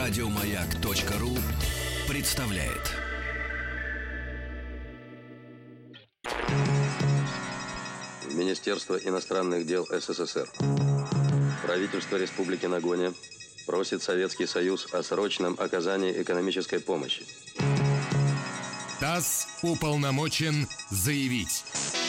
Радиомаяк.ру представляет. Министерство иностранных дел СССР. Правительство Республики Нагоня просит Советский Союз о срочном оказании экономической помощи. ТАСС уполномочен заявить.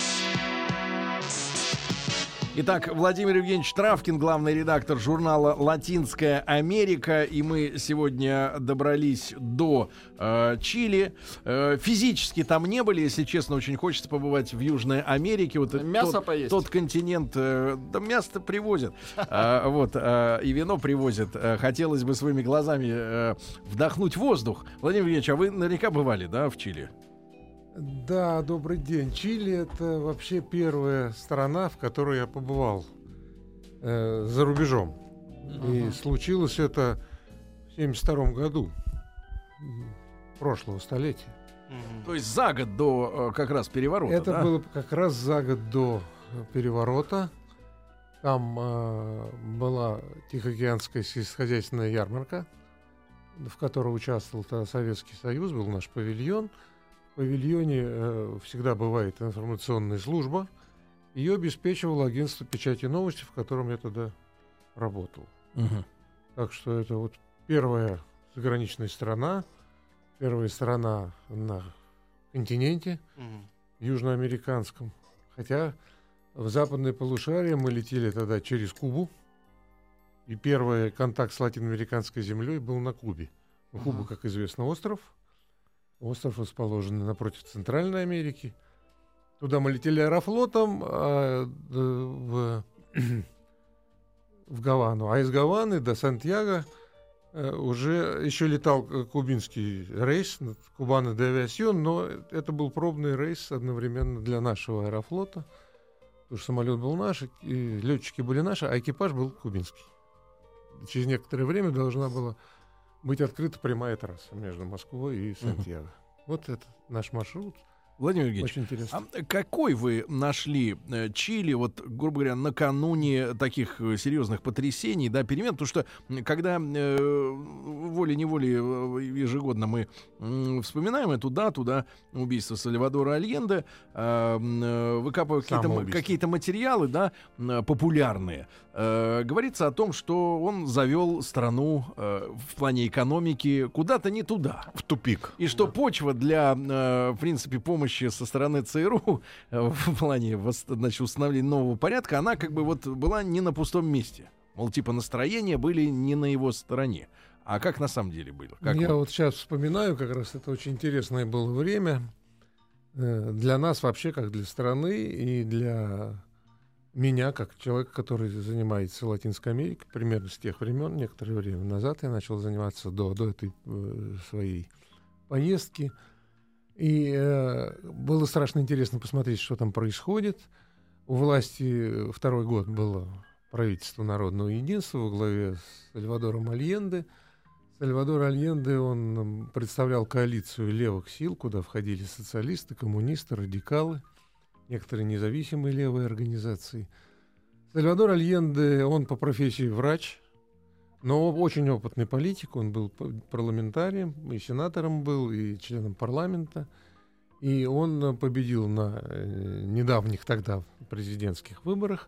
Итак, Владимир Евгеньевич Травкин, главный редактор журнала «Латинская Америка», и мы сегодня добрались до Чили. Физически там не были, если честно, очень хочется побывать в Южной Америке. Вот мясо поесть. Тот континент, да мясо-то привозят, и вино привозят. Хотелось бы своими глазами вдохнуть воздух. Владимир Евгеньевич, а вы наверняка бывали, да, в Чили? Да, добрый день. Чили — это вообще первая страна, в которой я побывал за рубежом. И случилось это в 1972 году, прошлого столетия. То есть за год до как раз переворота, Это да? было как раз за год до переворота. Там была Тихоокеанская сельскохозяйственная ярмарка, в которой участвовал Советский Союз, был наш павильон. В павильоне всегда бывает информационная служба. Ее обеспечивало агентство «Печать и новости», в котором я тогда работал. Так что это вот первая заграничная страна, первая страна на континенте южноамериканском. Хотя в западное полушарие мы летели тогда через Кубу, и первый контакт с латиноамериканской землей был на Кубе. Куба, как известно, остров. Остров расположен напротив Центральной Америки. Туда мы летели аэрофлотом в Гавану. А из Гаваны до Сантьяго уже еще летал кубинский рейс, Кубана де Авиасьон, но это был пробный рейс одновременно для нашего аэрофлота. Потому что самолет был наш, и летчики были наши, а экипаж был кубинский. Через некоторое время должна была быть открыта прямая трасса между Москвой и Сантьяго. Вот это наш маршрут. Владимир Евгеньевич, очень интересно. А какой вы нашли Чили, вот, грубо говоря, накануне таких серьезных потрясений, да, перемен? Потому что, когда волей-неволей ежегодно мы вспоминаем эту дату, да, убийства Сальвадора Альенде, выкапывая какие-то материалы, да, популярные, говорится о том, что он завел страну в плане экономики куда-то не туда. В тупик. И что почва для, в принципе, помощи со стороны ЦРУ в плане установления нового порядка, она как бы вот была не на пустом месте. Мол, типа настроения были не на его стороне. А как на самом деле было? Я вот сейчас вспоминаю, как раз это очень интересное было время для нас вообще, как для страны, и для меня, как человека, который занимается Латинской Америкой, примерно с тех времен, некоторое время назад я начал заниматься до этой своей поездки. И было страшно интересно посмотреть, что там происходит. У власти второй год было правительство народного единства во главе с Сальвадором Альенде. Сальвадор Альенде, он представлял коалицию левых сил, куда входили социалисты, коммунисты, радикалы, некоторые независимые левые организации. Сальвадор Альенде, он по профессии врач, но очень опытный политик, он был парламентарием, и сенатором был, и членом парламента. И он победил на недавних тогда президентских выборах.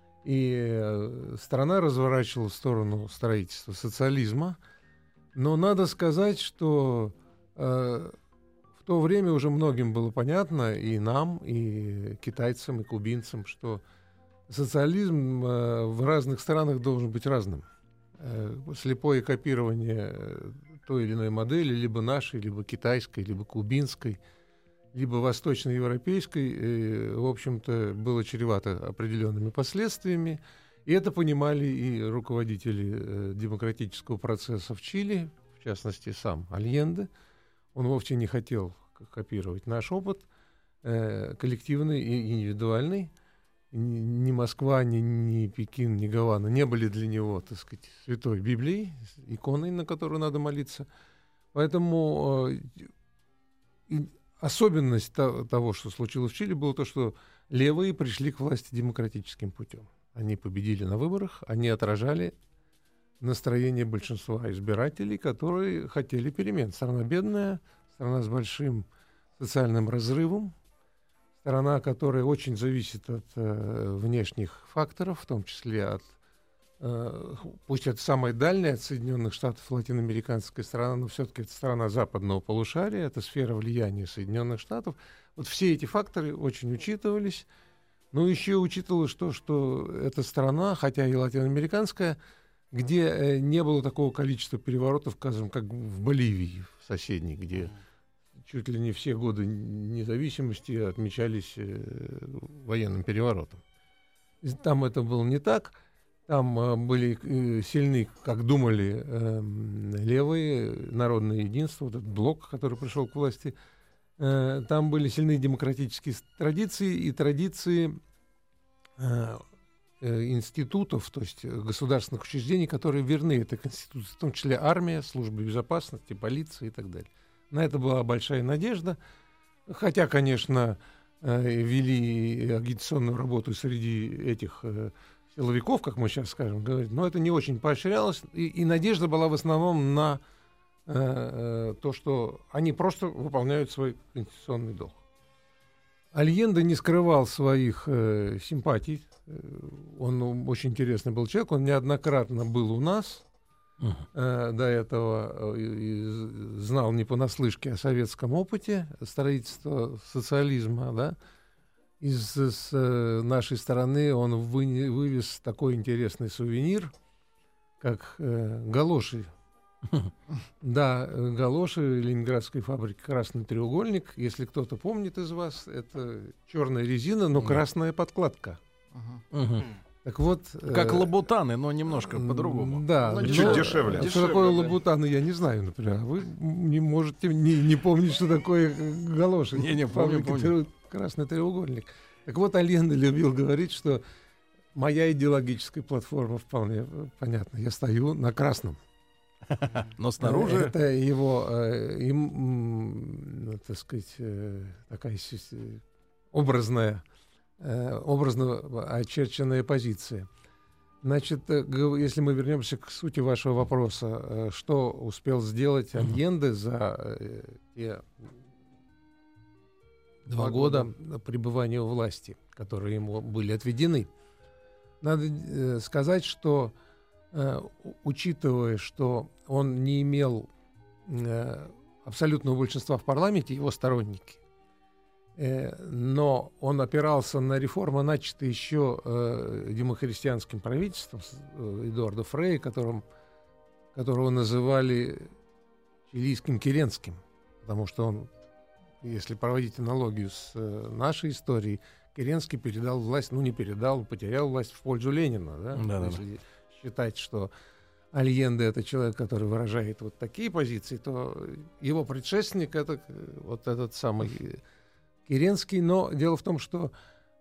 И страна разворачивала в сторону строительства социализма. Но надо сказать, что в то время уже многим было понятно, и нам, и китайцам, и кубинцам, что социализм в разных странах должен быть разным. Слепое копирование той или иной модели, либо нашей, либо китайской, либо кубинской, либо восточноевропейской, в общем-то, было чревато определенными последствиями. И это понимали и руководители демократического процесса в Чили, в частности, сам Альенде. Он вовсе не хотел копировать наш опыт, коллективный и индивидуальный. Ни Москва, ни Пекин, ни Гавана не были для него, так сказать, святой Библией, иконой, на которую надо молиться. Поэтому особенность того, что случилось в Чили, было то, что левые пришли к власти демократическим путем. Они победили на выборах, они отражали настроение большинства избирателей, которые хотели перемен. Страна бедная, страна с большим социальным разрывом, страна, которая очень зависит от внешних факторов, в том числе от, пусть это самая дальняя от Соединенных Штатов латиноамериканская страна, но все-таки это страна западного полушария, это сфера влияния Соединенных Штатов. Вот все эти факторы очень учитывались. Но еще учитывалось то, что эта страна, хотя и латиноамериканская, где не было такого количества переворотов, скажем, как в Боливии, в соседней, где чуть ли не все годы независимости отмечались военным переворотом. Там это было не так. Там были сильны, как думали, левые, народное единство, вот этот блок, который пришел к власти. Там были сильные демократические традиции и традиции институтов, то есть государственных учреждений, которые верны этой конституции, в том числе армия, служба безопасности, полиция и так далее. На это была большая надежда, хотя, конечно, вели агитационную работу среди этих силовиков, как мы сейчас скажем, говорить, но это не очень поощрялось, и надежда была в основном на то, что они просто выполняют свой конституционный долг. Альенде не скрывал своих симпатий. Он очень интересный был человек. Он неоднократно был у нас до этого и знал не понаслышке о советском опыте строительства социализма. Да? С нашей стороны он вывез такой интересный сувенир, как галоши. Да, галоши ленинградской фабрики «Красный треугольник». Если кто-то помнит из вас, это черная резина, но красная подкладка. Так вот, как лабутаны, но немножко по-другому. Да, но чуть дешевле. Что такое лабутаны, я не знаю, например. Вы не можете не помнить, что такое галоши. Не помню. «Красный треугольник». Так вот, Альенде любил говорить, что моя идеологическая платформа вполне понятна. Я стою на красном. Но снаружи... Это его, так сказать, такая образно очерченная позиция. Значит, если мы вернемся к сути вашего вопроса, что успел сделать Альенде за те 2 года пребывания у власти, которые ему были отведены. Надо сказать, что учитывая, что он не имел абсолютного большинства в парламенте, его сторонники, но он опирался на реформы, начатые еще демохристианским правительством Эдуарда Фрея, которого называли чилийским Керенским, потому что он, если проводить аналогию с нашей историей, Керенский передал власть, не передал, потерял власть в пользу Ленина, да? Если считать, что Альенде — это человек, который выражает вот такие позиции, то его предшественник — это вот этот самый Керенский. Но дело в том, что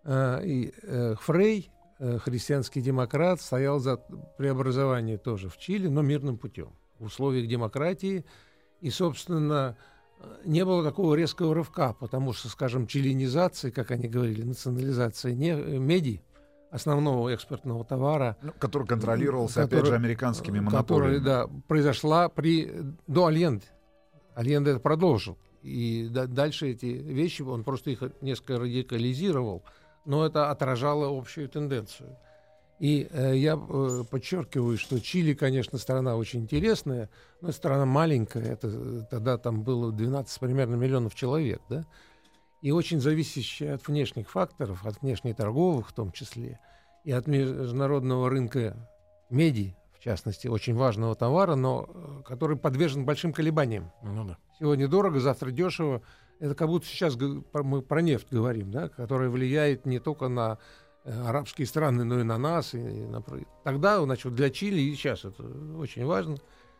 Фрей, христианский демократ, стоял за преобразование тоже в Чили, но мирным путем, в условиях демократии. И, собственно, не было такого резкого рывка, потому что, скажем, чилинизация, как они говорили, национализация меди, основного экспортного товара, который контролировался, опять же, американскими монополиями. Которая, произошла до Альенде. Альенде это продолжил. И дальше эти вещи, он просто их несколько радикализировал, но это отражало общую тенденцию. И я подчеркиваю, что Чили, конечно, страна очень интересная, но страна маленькая, тогда там было 12 примерно миллионов человек, да? И очень зависящая от внешних факторов, от внешнеторговых в том числе, и от международного рынка меди, в частности, очень важного товара, но который подвержен большим колебаниям. Сегодня дорого, завтра дешево. Это как будто сейчас мы про нефть говорим, да, которая влияет не только на арабские страны, но и на нас. Тогда, значит, для Чили, и сейчас это очень важно.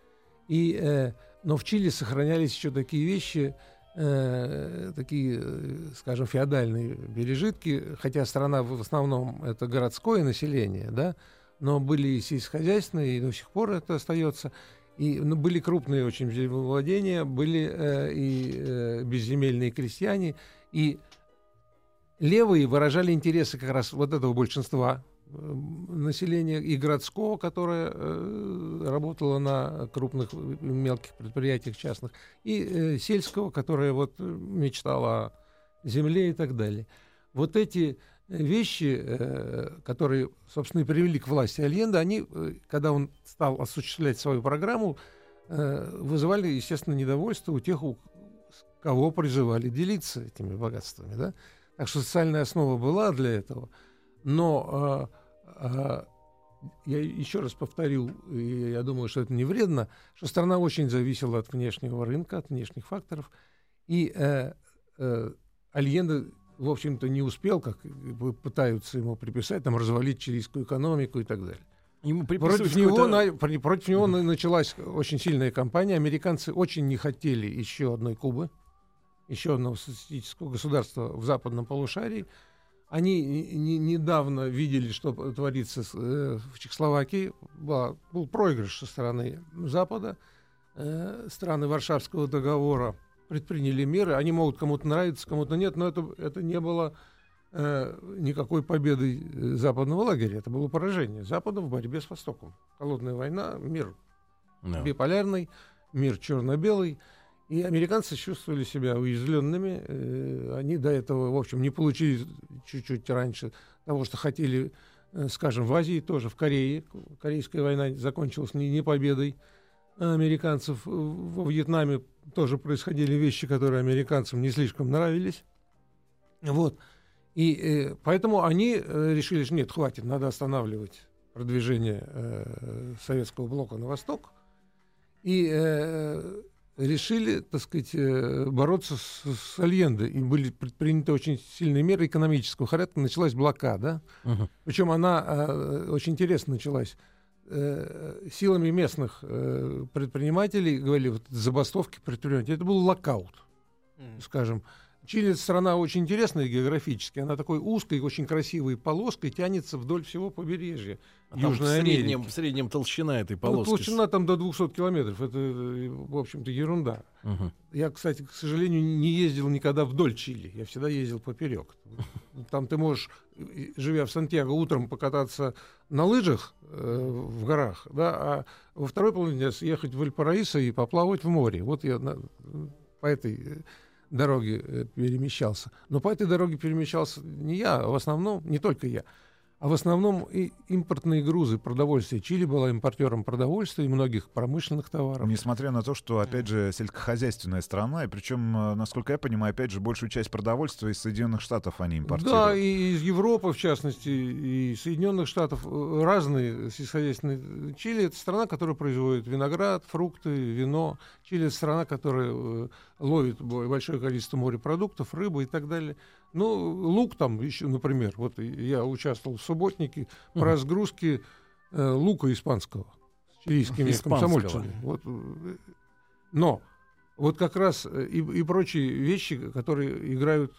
Но в Чили сохранялись еще такие вещи, такие, скажем, феодальные пережитки, хотя страна в основном это городское население, да, но были и сельскохозяйственные, и до сих пор это остается. И были крупные очень землевладения, были и безземельные крестьяне, и левые выражали интересы как раз вот этого большинства населения и городского, которое работало на крупных мелких предприятиях частных, и сельского, которое вот мечтало о земле и так далее. Вот эти вещи, которые, собственно, и привели к власти Альенде, они, когда он стал осуществлять свою программу, вызывали, естественно, недовольство у тех, кого призывали делиться этими богатствами. Да? Так что социальная основа была для этого. Но я еще раз повторю, и я думаю, что это не вредно, что страна очень зависела от внешнего рынка, от внешних факторов. И Альенде, в общем-то, не успел, как пытаются ему приписать, там, развалить чилийскую экономику и так далее. Против него началась очень сильная кампания. Американцы очень не хотели еще одной Кубы, еще одного социалистического государства в западном полушарии. Они недавно видели, что творится в Чехословакии. Был проигрыш со стороны Запада. Страны Варшавского договора предприняли меры. Они могут кому-то нравиться, кому-то нет, но это не было никакой победы западного лагеря. Это было поражение Запада в борьбе с Востоком. Холодная война, мир биполярный, мир черно-белый. И американцы чувствовали себя уязвленными. Они до этого, в общем, не получили чуть-чуть раньше того, что хотели, скажем, в Азии, тоже в Корее. Корейская война закончилась не победой американцев. Во Вьетнаме тоже происходили вещи, которые американцам не слишком нравились. Вот. И поэтому они решили, что нет, хватит, надо останавливать продвижение советского блока на восток. И решили, так сказать, бороться с Альенде. И были предприняты очень сильные меры экономического характера. Началась блокада. Причем она очень интересно началась. Силами местных предпринимателей, говорили, вот, забастовки предпринимателей. Это был локаут, скажем. Чили — это страна очень интересная географически. Она такой узкой, очень красивой полоской тянется вдоль всего побережья Южной Америки. В среднем толщина этой полоски. Толщина там до 200 километров. Это, в общем-то, ерунда. Я, кстати, к сожалению, не ездил никогда вдоль Чили. Я всегда ездил поперек. Там ты можешь, живя в Сантьяго, утром покататься на лыжах в горах, да, а во второй половине дня съехать в Вальпараисо и поплавать в море. Вот я по этой дороге перемещался. Но по этой дороге перемещался не я, а в основном, не только я, а в основном и импортные грузы продовольствия. Чили была импортером продовольствия и многих промышленных товаров. Несмотря на то, что, опять же, сельскохозяйственная страна, и причем, насколько я понимаю, опять же, большую часть продовольствия из Соединенных Штатов они импортируют. Да, и из Европы, в частности, и из Соединенных Штатов разные сельскохозяйственные. Чили — это страна, которая производит виноград, фрукты, вино. Чили — это страна, которая ловит большое количество морепродуктов, рыбы и так далее. Ну, лук там еще, например, вот я участвовал в субботнике по разгрузке лука испанского с чилийскими комсомольцами. Вот, но вот как раз и прочие вещи, которые играют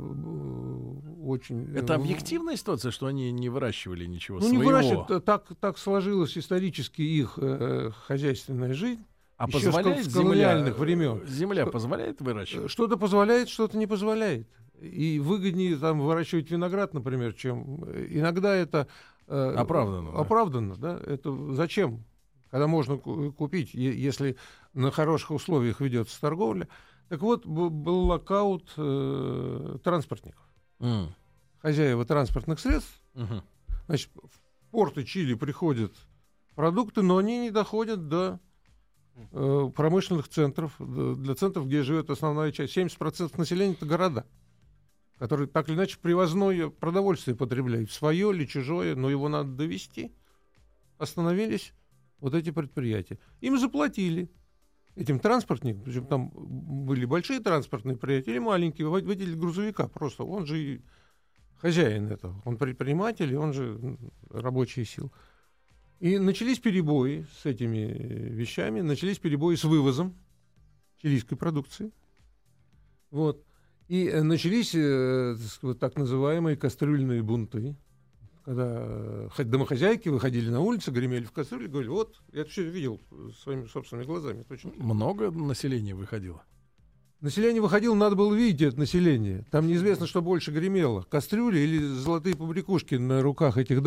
очень... Это объективная ситуация, что они не выращивали ничего своего? Ну, не выращивают. Так сложилась исторически их хозяйственная жизнь. А позволяет земля позволяет выращивать? Что-то позволяет, что-то не позволяет. И выгоднее там выращивать виноград, например, чем иногда это оправданно, да? Это зачем? Когда можно купить, если на хороших условиях ведется торговля. Так вот, был локаут транспортников. Хозяева транспортных средств. Значит, в порты Чили приходят продукты, но они не доходят до промышленных центров, для центров, где живет основная часть. 70% населения — это города, которые так или иначе привозное продовольствие потребляют. Свое или чужое, но его надо довести. Остановились вот эти предприятия. Им заплатили, этим транспортникам, причем там были большие транспортные предприятия или маленькие, водитель грузовика просто, он же и хозяин этого, он предприниматель, и он же рабочая сила. И начались перебои с этими вещами, начались перебои с вывозом чилийской продукции. Вот. И начались вот так называемые кастрюльные бунты, когда домохозяйки выходили на улицу, гремели в кастрюле, говорили, вот, я это все видел своими собственными глазами. Это очень... Много населения выходило? Население выходило, надо было видеть это население. Там неизвестно, что больше гремело, кастрюли или золотые побрякушки на руках этих дам.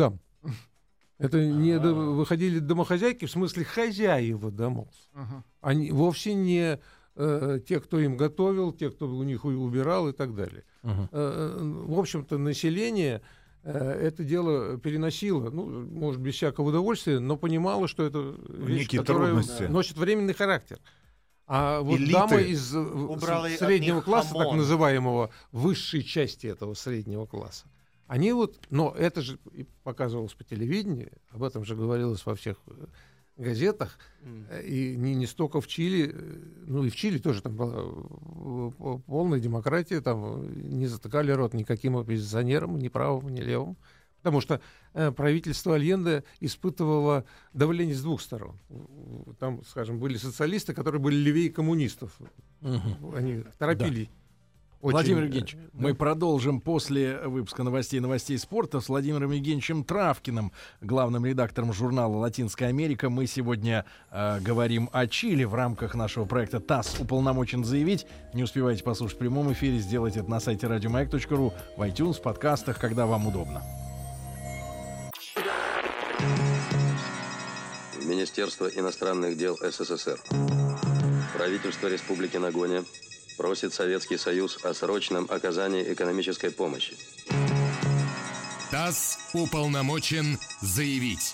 Это не выходили домохозяйки, в смысле хозяева домов. Они вовсе не те, кто им готовил, те, кто у них убирал и так далее. В общем-то, население это дело переносило, ну, может, без всякого удовольствия, но понимало, что это вещь, которая носит временный характер. А вот элиты дамы из среднего класса, так называемого, высшей части этого среднего класса, они вот, но это же показывалось по телевидению, об этом же говорилось во всех газетах, и не столько в Чили, ну и в Чили тоже там была полная демократия, там не затыкали рот никаким оппозиционерам, ни правым, ни левым, потому что правительство Альенде испытывало давление с двух сторон. Там, скажем, были социалисты, которые были левее коммунистов. Они торопили. Да. Владимир Евгеньевич, мы продолжим после выпуска новостей спорта с Владимиром Евгеньевичем Травкиным, главным редактором журнала «Латинская Америка». Мы сегодня говорим о Чили в рамках нашего проекта «ТАСС уполномочен заявить». Не успеваете послушать в прямом эфире, сделайте это на сайте radiomayak.ru, в iTunes, в подкастах, когда вам удобно. Министерство иностранных дел СССР. Правительство Республики Нагоня просит Советский Союз о срочном оказании экономической помощи. ТАСС уполномочен заявить.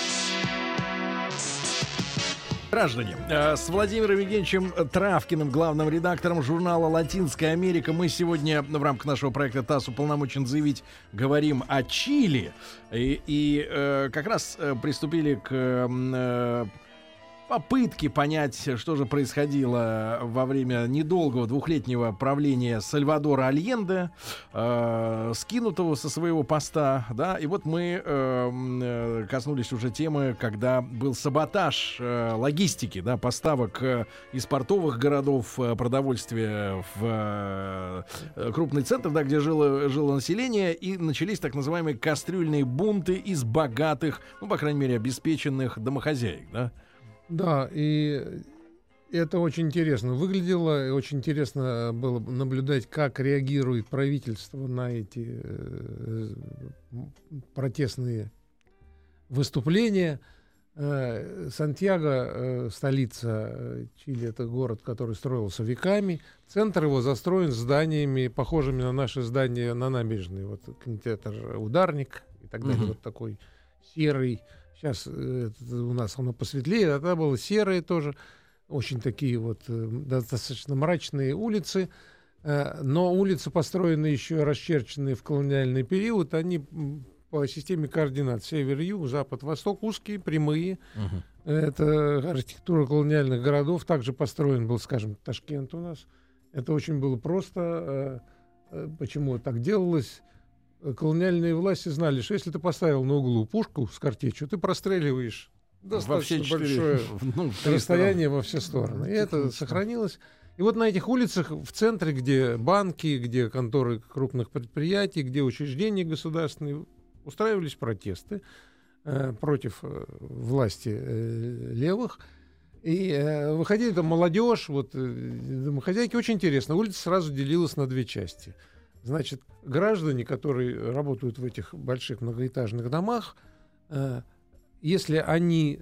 Граждане, с Владимиром Евгеньевичем Травкиным, главным редактором журнала «Латинская Америка», мы сегодня в рамках нашего проекта «ТАСС уполномочен заявить» говорим о Чили. И как раз приступили к попытки понять, что же происходило во время недолгого двухлетнего правления Сальвадора Альенде, скинутого со своего поста, да, и вот мы коснулись уже темы, когда был саботаж логистики, да, поставок из портовых городов продовольствия в крупный центр, да, где жило население, и начались так называемые кастрюльные бунты из богатых, ну, по крайней мере, обеспеченных домохозяек, да. Да, и это очень интересно выглядело, и очень интересно было наблюдать, как реагирует правительство на эти протестные выступления. Сантьяго, столица Чили, это город, который строился веками. Центр его застроен зданиями, похожими на наши здания на набережной. Вот кинотеатр «Ударник» и так далее, вот такой серый. Сейчас у нас оно посветлее, а тогда было серое тоже. Очень такие вот достаточно мрачные улицы. Но улицы, построенные еще расчерченные в колониальный период, они по системе координат север-юг, запад-восток, узкие, прямые. Это архитектура колониальных городов. Также построен был, скажем, Ташкент у нас. Это очень было просто. Почему так делалось? Колониальные власти знали, что если ты поставил на углу пушку с картечью, ты простреливаешь достаточно большое расстояние во все стороны. И это сохранилось. И вот на этих улицах в центре, где банки, где конторы крупных предприятий, где учреждения государственные, устраивались протесты против власти левых. И выходили там молодежь, вот домохозяйки. Очень интересно. Улица сразу делилась на две части. Значит, граждане, которые работают в этих больших многоэтажных домах, если они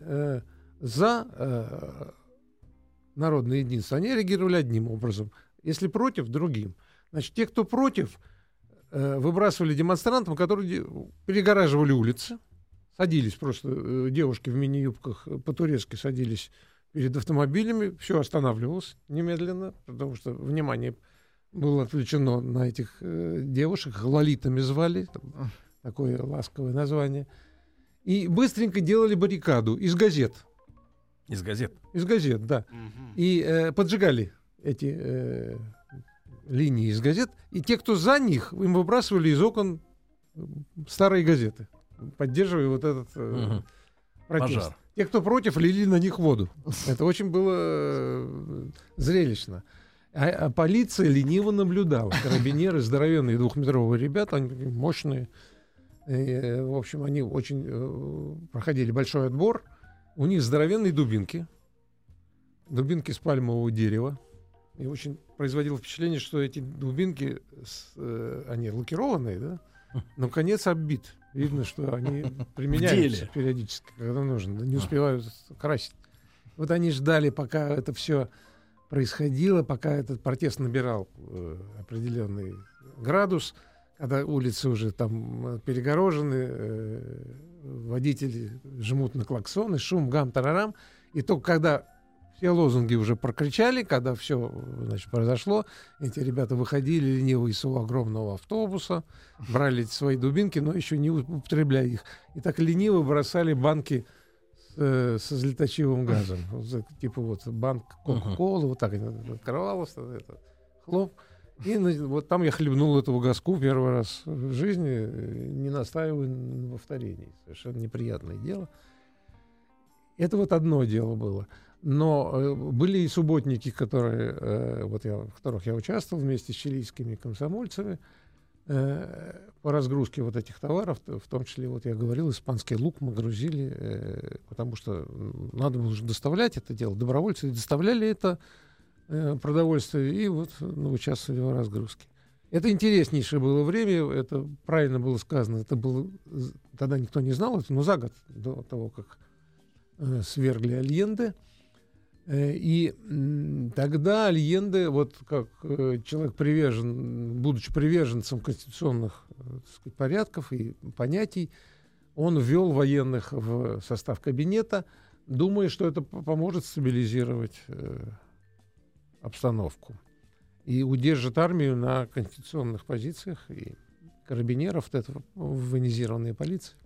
за народное единство, они реагировали одним образом. Если против, другим. Значит, те, кто против, выбрасывали демонстрантам, которые перегораживали улицы, садились просто, девушки в мини-юбках по-турецки садились перед автомобилями, все останавливалось немедленно, потому что внимание было отвлечено на этих девушек, лолитами звали, там, такое ласковое название, и быстренько делали баррикаду из газет. Из газет? Из газет, да. И поджигали эти линии из газет, и те, кто за них, им выбрасывали из окон старые газеты, поддерживая вот этот протест. Пожар. Те, кто против, лили на них воду. Это очень было зрелищно. А полиция лениво наблюдала. Карабинеры, здоровенные двухметровые ребята, они такие мощные. И, в общем, они очень проходили большой отбор. У них здоровенные дубинки. Дубинки с пальмового дерева. И очень производило впечатление, что эти дубинки, они лакированные, да? Но конец оббит Видно, что они применяются периодически, когда нужно, не успевают красить. Вот они ждали, пока это все происходило, пока этот протест набирал определенный градус, когда улицы уже там перегорожены, водители жмут на клаксоны, шум, гам, тарарам. И только когда все лозунги уже прокричали, когда все, значит, произошло, эти ребята выходили лениво из своего огромного автобуса, брали свои дубинки, но еще не употребляя их. И так лениво бросали банки со слезоточивым газом. Типа вот банк Кока-Колы, вот так открывалось, это, хлоп. И вот там я хлебнул эту газку первый раз в жизни, не настаиваю на повторении. Совершенно неприятное дело. Это вот одно дело было. Но были и субботники, в которых я участвовал вместе с чилийскими комсомольцами по разгрузке вот этих товаров, в том числе, вот я говорил, испанский лук мы грузили, потому что надо было уже доставлять это дело. Добровольцы доставляли это продовольствие и вот участвовали в разгрузке. Это интереснейшее было время, это правильно было сказано, это было, тогда никто не знал это, но за год до того, как свергли Альенде. И тогда Альенде, вот как человек будучи приверженцем конституционных, так сказать, порядков и понятий, он ввел военных в состав кабинета, думая, что это поможет стабилизировать обстановку и удержит армию на конституционных позициях и карабинеров, это военизированная полиция.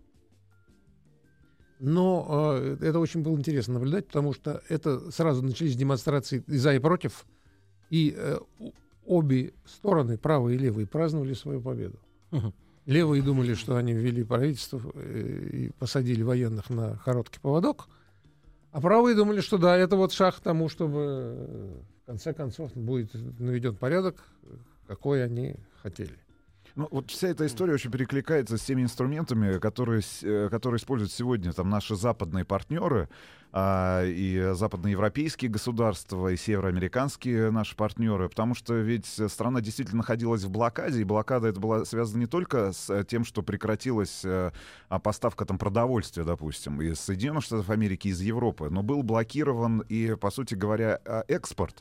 Но это очень было интересно наблюдать, потому что это сразу начались демонстрации за и против, и обе стороны, правые и левые, праздновали свою победу. Левые думали, что они ввели правительство и посадили военных на короткий поводок, а правые думали, что да, это вот шаг к тому, чтобы в конце концов будет наведен порядок, какой они хотели. Ну, вот вся эта история очень перекликается с теми инструментами, которые используют сегодня там наши западные партнеры, и западноевропейские государства, и североамериканские наши партнеры, потому что ведь страна действительно находилась в блокаде, и блокада это была связана не только с тем, что прекратилась поставка там продовольствия, допустим, из Соединенных Штатов Америки, из Европы, но был блокирован и, по сути говоря, экспорт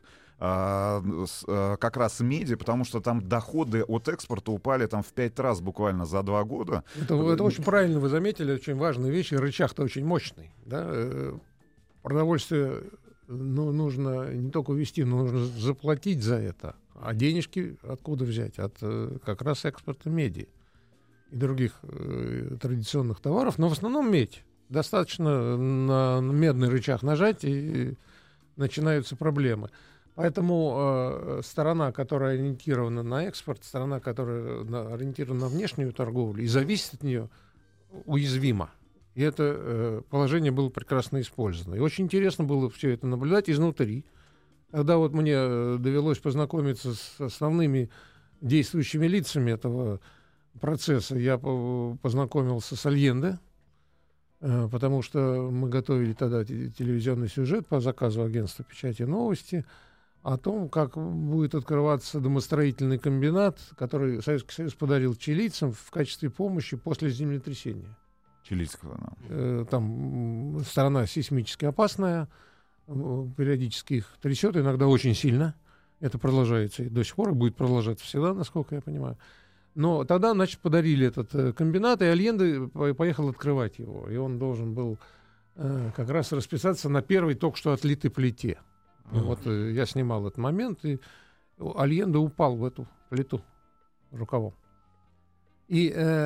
как раз меди, потому что там доходы от экспорта упали там в 5 раз буквально за 2 года. Это очень правильно вы заметили, очень важная вещь, и рычаг-то очень мощный. Да? Продовольствие нужно не только увезти, но нужно заплатить за это. А денежки откуда взять? От как раз экспорта меди и других традиционных товаров, но в основном медь. Достаточно на медный рычаг нажать, и начинаются проблемы. Поэтому сторона, которая ориентирована на экспорт, сторона, которая ориентирована на внешнюю торговлю и зависит от нее, уязвима. И это положение было прекрасно использовано. И очень интересно было все это наблюдать изнутри. Когда вот мне довелось познакомиться с основными действующими лицами этого процесса, я познакомился с Альенде, потому что мы готовили тогда телевизионный сюжет по заказу агентства «Печати и новости» о том, как будет открываться домостроительный комбинат, который Советский Союз подарил чилийцам в качестве помощи после землетрясения. Чилийского, да. Там страна сейсмически опасная, периодически их трясет, иногда очень сильно. Это продолжается и до сих пор, и будет продолжаться всегда, насколько я понимаю. Но тогда, значит, подарили этот комбинат, и Альенде поехал открывать его. И он должен был как раз расписаться на первой только что отлитой плите. Вот я снимал этот момент, и Альенде упал в эту плиту рукавом. И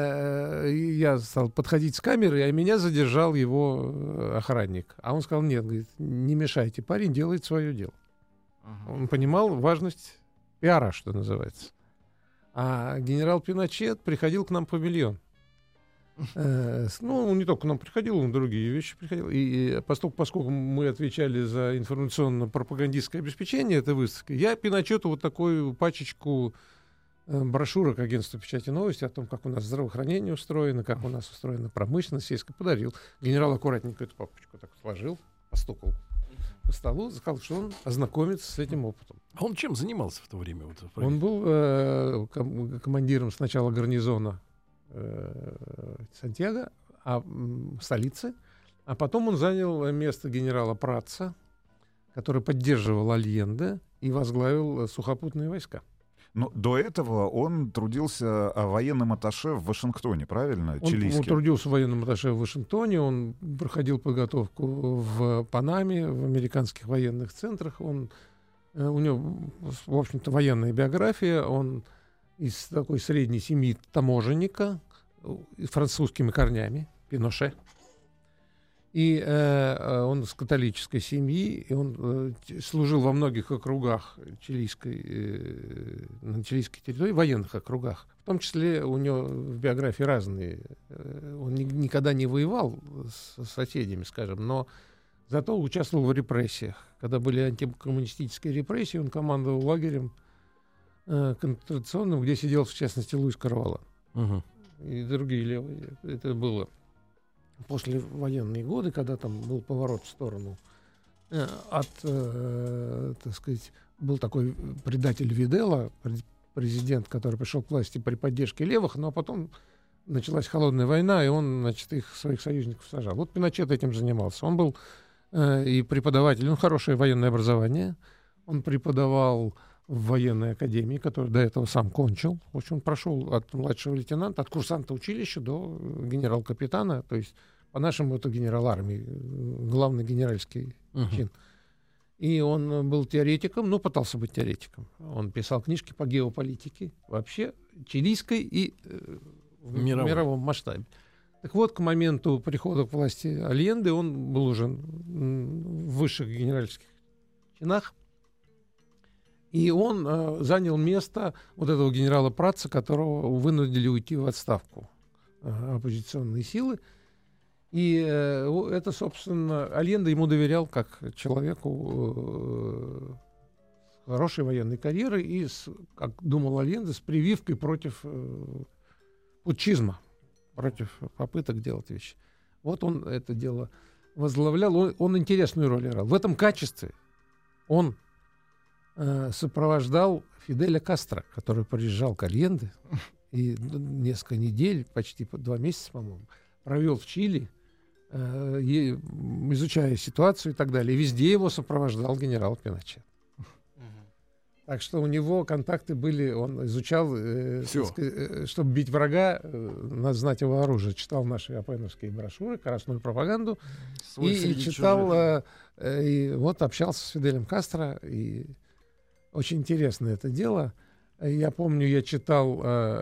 я стал подходить с камерой, а меня задержал его охранник. А он сказал: нет, говорит, не мешайте, парень делает свое дело. Он понимал важность пиара, что называется. А генерал Пиночет приходил к нам по миллион. Он не только к нам приходил, он другие вещи приходил. И поскольку мы отвечали за информационно-пропагандистское обеспечение этой выставки, я Пиночету вот такую пачечку брошюрок агентства «Печати и новости» о том, как у нас здравоохранение устроено, как у нас устроена промышленность сельская, подарил. Генерал аккуратненько эту папочку так сложил, постукал по столу, сказал, что он ознакомится с этим опытом. А он чем занимался в то время? Он был командиром сначала гарнизона Сантьяго, столицы. А потом он занял место генерала Пратца, который поддерживал Альенде и возглавил сухопутные войска. Но до этого он трудился военным атташе в Вашингтоне, правильно? Он трудился военным атташе в Вашингтоне, он проходил подготовку в Панаме, в американских военных центрах. У него, в общем-то, военная биография. Он из такой средней семьи таможенника с французскими корнями, Пиноше. И он с католической семьи, и он служил во многих округах на чилийской территории, военных округах. В том числе у него в биографии разные. Он никогда не воевал с соседями, скажем, но зато участвовал в репрессиях. Когда были антикоммунистические репрессии, он командовал лагерем концентрационным, где сидел, в частности, Луис Карвалан. И другие левые. Это было после военные годы, когда там был поворот в сторону так сказать, был такой предатель Видела, президент, который пришел к власти при поддержке левых, но потом началась холодная война, и он, значит, своих союзников сажал. Вот Пиночет этим занимался. Он был и преподаватель, хорошее военное образование. Он преподавал в военной академии, которую до этого сам кончил. В общем, он прошел от младшего лейтенанта, от курсанта училища до генерал-капитана, то есть по-нашему это генерал армии, главный генеральский чин. И он был теоретиком, пытался быть теоретиком. Он писал книжки по геополитике, вообще чилийской и в мировом масштабе. Так вот, к моменту прихода к власти Альенде он был уже в высших генеральских чинах. И он занял место вот этого генерала Пратца, которого вынудили уйти в отставку оппозиционные силы. И это, собственно, Альенде ему доверял как человеку с хорошей военной карьерой и, как думал Альенде, с прививкой против путчизма, против попыток делать вещи. Вот он это дело возглавлял. Он интересную роль играл. В этом качестве он сопровождал Фиделя Кастро, который приезжал к Альенде и несколько недель, почти 2 месяца, по-моему, провел в Чили, изучая ситуацию и так далее. И везде его сопровождал генерал Пиночет. Так что у него контакты были, он изучал, чтобы бить врага, надо знать его оружие. Читал наши апеновские брошюры, красную пропаганду. И читал, и вот общался с Фиделем Кастро. И очень интересно это дело. Я помню, я читал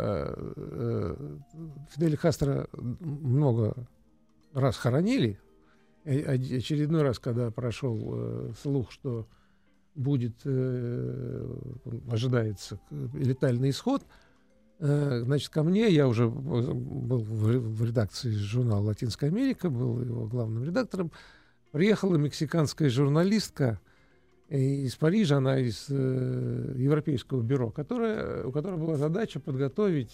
Фиделя Кастро много раз хоронили. Очередной раз, когда прошел слух, что будет, ожидается летальный исход, значит, ко мне, я уже был в редакции журнала «Латинская Америка», был его главным редактором, приехала мексиканская журналистка из Парижа, она из Европейского бюро, у которой была задача подготовить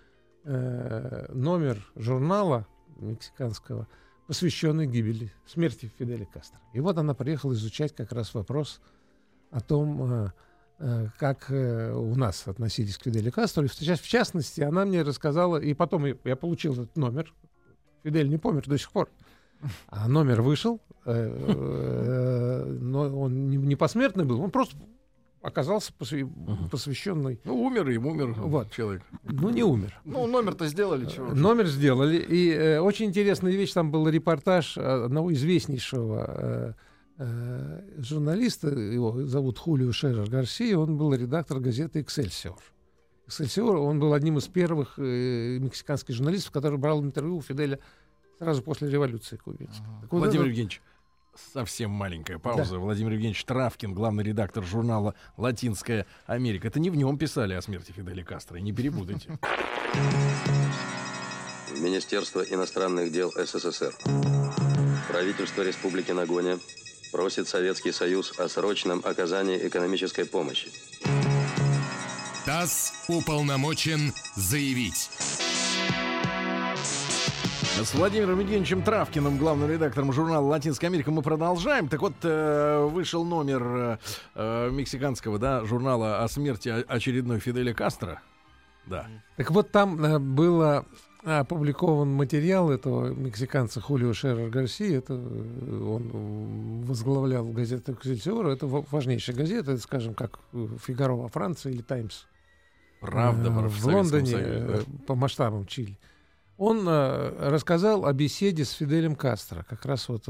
номер журнала мексиканского, посвященный гибели, смерти Фиделя Кастро. И вот она приехала изучать как раз вопрос о том, как у нас относились к Фиделю Кастро. И в частности, она мне рассказала, и потом я получил этот номер. Фидель не помер до сих пор. А номер вышел, но он не посмертный был, он просто оказался посвященный. Умер вот. Человек. Не умер. Номер-то сделали. Чего? Номер сделали. И очень интересная вещь, там был репортаж одного известнейшего журналиста, его зовут Хулио Шерер Гарсия, он был редактор газеты «Эксельсиор». «Эксельсиор», он был одним из первых мексиканских журналистов, который брал интервью у Фиделя сразу после революции кубинской. Владимир Евгеньевич, совсем маленькая пауза. Да. Владимир Евгеньевич Травкин, главный редактор журнала «Латинская Америка». Это не в нем писали о смерти Фиделя Кастро, не перепутайте. Министерство иностранных дел СССР. Правительство Республики Нагоня просит Советский Союз о срочном оказании экономической помощи. ТАСС уполномочен заявить. С Владимиром Евгеньевичем Травкиным, главным редактором журнала «Латинская Америка», мы продолжаем. Так вот, вышел номер мексиканского журнала о смерти очередной Фиделя Кастро. Да. Так вот, там было опубликован материал этого мексиканца Хулио Шеррер Гарсии. Это он возглавлял газету «Эксельсиор». Это важнейшая газета, это, скажем, как «Фигаро» во Франции или «Таймс» в Лондоне, по масштабам Чили. Он рассказал о беседе с Фиделем Кастро как раз вот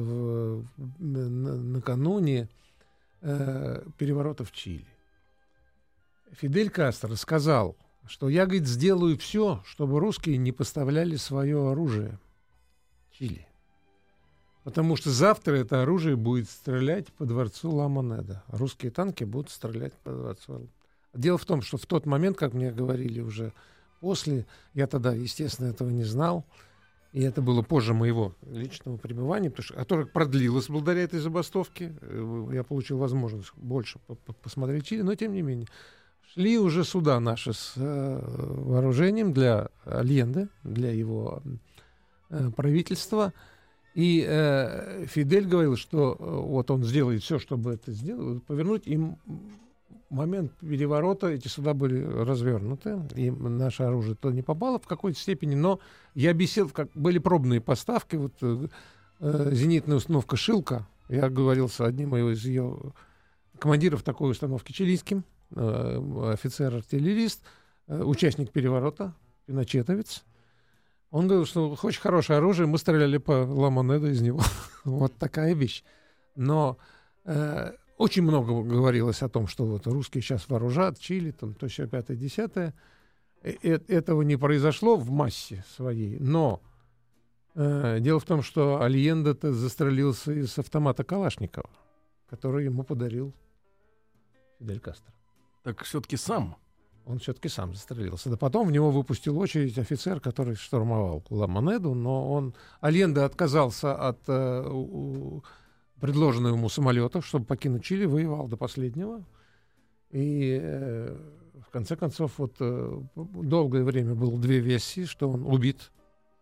накануне переворота в Чили. Фидель Кастро сказал, что я, говорит, сделаю все, чтобы русские не поставляли свое оружие в Чили. Потому что завтра это оружие будет стрелять по дворцу Ла-Монеда. Русские танки будут стрелять по дворцу. Дело в том, что в тот момент, как мне говорили уже после, я тогда, естественно, этого не знал, и это было позже моего личного пребывания, которое продлилось благодаря этой забастовке. Я получил возможность больше посмотреть Чили, но тем не менее. Шли уже суда наши с вооружением для Альенде, для его правительства. И Фидель говорил, что вот он сделает все, чтобы это сделать, повернуть. Им момент переворота эти суда были развернуты, и наше оружие то не попало в какой-то степени, но я беседовал, как были пробные поставки, вот зенитная установка «Шилка», я говорил с одним из ее командиров такой установки чилийским, офицер-артиллерист, участник переворота, пиночетовец. Он говорил, что очень хорошее оружие, мы стреляли по Ла-Монеду из него. Вот такая вещь. Но очень много говорилось о том, что вот русские сейчас вооружат Чили, там, то все 5-10. Этого не произошло в массе своей. Но дело в том, что Альенде-то застрелился из автомата Калашникова, который ему подарил Фидель Кастро. Так все-таки сам? Он все-таки сам застрелился. Да потом в него выпустил очередь офицер, который штурмовал Ла-Монеду, но Альенде отказался от предложенного ему самолета, чтобы покинуть Чили, воевал до последнего. И в конце концов, вот долгое время было две версии, что он убит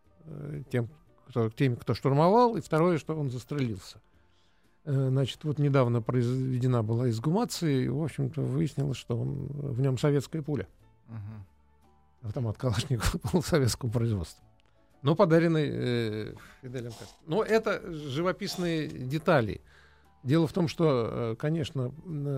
теми, кто штурмовал, и второе, что он застрелился. Значит, вот недавно произведена была эксгумация, и, в общем-то, выяснилось, что в нем советская пуля. Автомат Калашникова был советского производства. Но подаренный Фиделем Кастро. Но это живописные детали. Дело в том, что, конечно,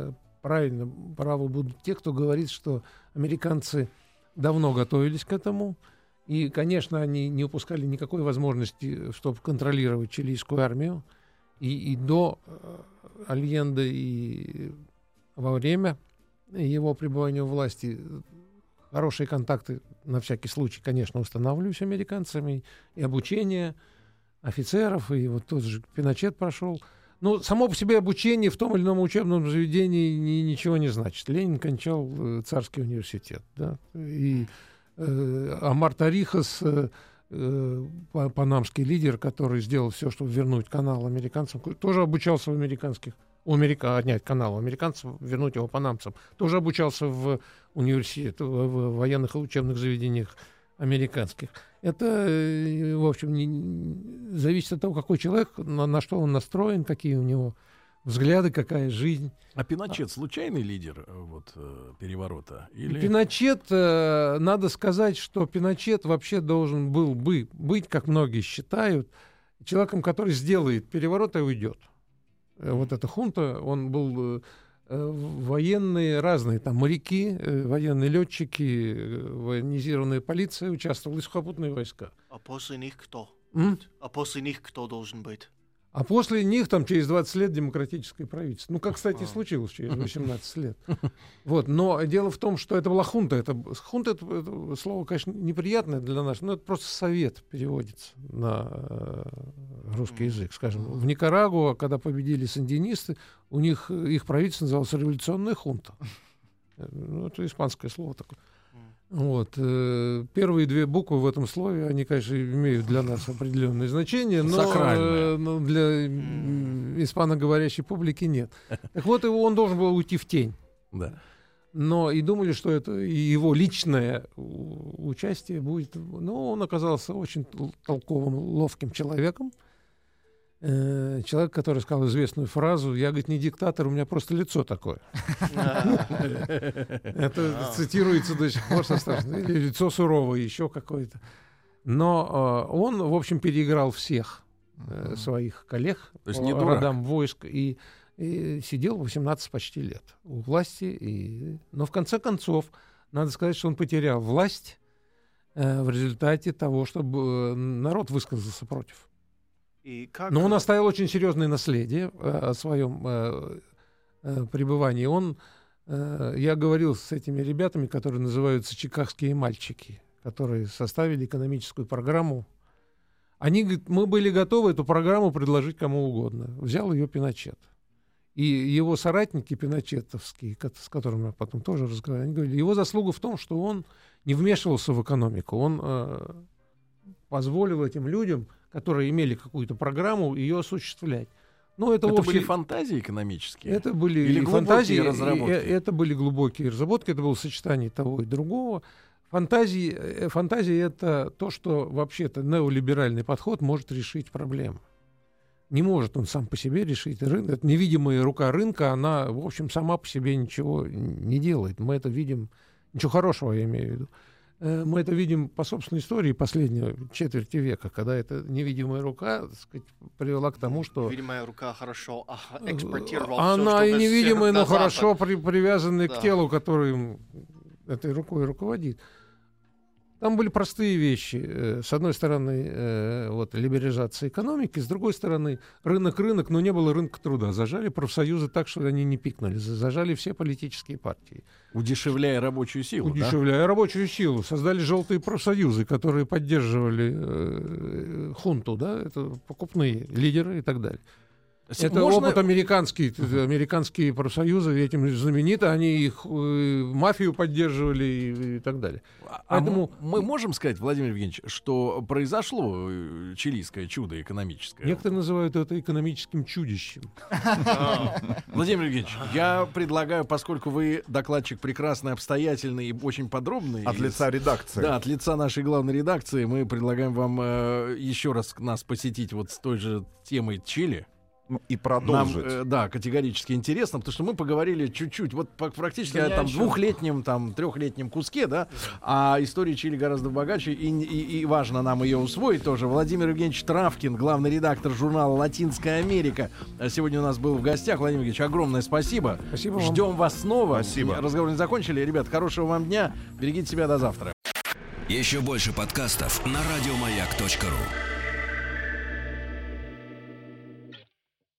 правы будут те, кто говорит, что американцы давно готовились к этому. И, конечно, они не упускали никакой возможности, чтобы контролировать чилийскую армию. И до Альенде, и во время его пребывания у власти хорошие контакты на всякий случай, конечно, устанавливались американцами, и обучение офицеров, и вот тот же Пиночет прошел. Но само по себе обучение в том или ином учебном заведении ничего не значит. Ленин кончал Царский университет, да? И Амар Тарихас, панамский лидер, который сделал все, чтобы вернуть канал американцам, тоже обучался в американских, канал американцев, вернуть его панамцам, тоже обучался в университете, в военных и учебных заведениях американских. Это, в общем, зависит от того, какой человек, на что он настроен, какие у него взгляды, какая жизнь. А Пиночет случайный лидер переворота? Или... Пиночет, надо сказать, что Пиночет вообще должен был бы быть, как многие считают, человеком, который сделает переворот и уйдет. Вот эта хунта, он был военные разные, там моряки, военные летчики, военизированная полиция участвовала, и сухопутные войска. А после них кто? Кто должен быть? А после них, там, через 20 лет, демократическое правительство. Ну, как, кстати, и случилось через 18 лет. Вот. Но дело в том, что это была хунта. Хунта — это слово, конечно, неприятное для нас, но это просто совет переводится на русский язык. Скажем, в Никарагуа, когда победили сандинисты, у них их правительство называлось революционная хунта. Ну, это испанское слово такое. Вот. Первые две буквы в этом слове, они, конечно, имеют для нас определенное значение, но для испаноговорящей публики нет. Так вот, он должен был уйти в тень. Да. Но и думали, что это его личное участие будет... Но он оказался очень толковым, ловким человеком. Человек, который сказал известную фразу: «Я, говорит, не диктатор, у меня просто лицо такое». Это цитируется до сих пор со страшным. Или лицо суровое, еще какое-то. Но он, в общем, переиграл всех своих коллег по родам войск и сидел 18 почти лет у власти. Но в конце концов, надо сказать, что он потерял власть в результате того, чтобы народ высказался против. Но он оставил очень серьезное наследие о своем пребывании. Я говорил с этими ребятами, которые называются «Чикагские мальчики», которые составили экономическую программу. Они говорят, мы были готовы эту программу предложить кому угодно. Взял ее Пиночет. И его соратники пиночетовские, с которыми я потом тоже разговаривал, они говорили, его заслуга в том, что он не вмешивался в экономику. Он позволил этим людям, которые имели какую-то программу, ее осуществлять. Ну, это были фантазии экономические? Это были или фантазии, разработки? Это были глубокие разработки, это было сочетание того и другого. Фантазия — это то, что вообще-то неолиберальный подход может решить проблему. Не может он сам по себе решить. Это невидимая рука рынка, она, в общем, сама по себе ничего не делает. Мы это видим, ничего хорошего, я имею в виду. Мы это видим по собственной истории последнего четверти века, когда эта невидимая рука, так сказать, привела к тому, что... Невидимая рука хорошо экспортировала все, она и невидимая, но хорошо привязанная привязанная к телу, который этой рукой руководит. Там были простые вещи. С одной стороны, либерализация экономики, с другой стороны, рынок, но не было рынка труда. Зажали профсоюзы так, что они не пикнули. Зажали все политические партии. Удешевляя рабочую силу, Удешевляя рабочую силу. Создали желтые профсоюзы, которые поддерживали хунту, да, это покупные лидеры и так далее. Это опыт американские профсоюзы, этим знамениты, они их мафию поддерживали и так далее. Поэтому мы можем сказать, Владимир Евгеньевич, что произошло чилийское чудо экономическое? Некоторые называют это экономическим чудищем. Владимир Евгеньевич, я предлагаю, поскольку вы докладчик прекрасный, обстоятельный и очень подробный. От лица редакции. Да, от лица нашей главной редакции мы предлагаем вам еще раз нас посетить вот с той же темой Чили. И продолжить. Нам, категорически интересно, потому что мы поговорили чуть-чуть, вот практически о там двухлетнем, там трехлетнем куске, да, а история Чили гораздо богаче, и важно нам ее усвоить тоже. Владимир Евгеньевич Травкин, главный редактор журнала «Латинская Америка», сегодня у нас был в гостях. Владимир Евгеньевич, огромное спасибо. Спасибо вам. Ждем вас снова. Спасибо. Разговор не закончили. Ребят, хорошего вам дня. Берегите себя, до завтра. Еще больше подкастов на радиомаяк.ру.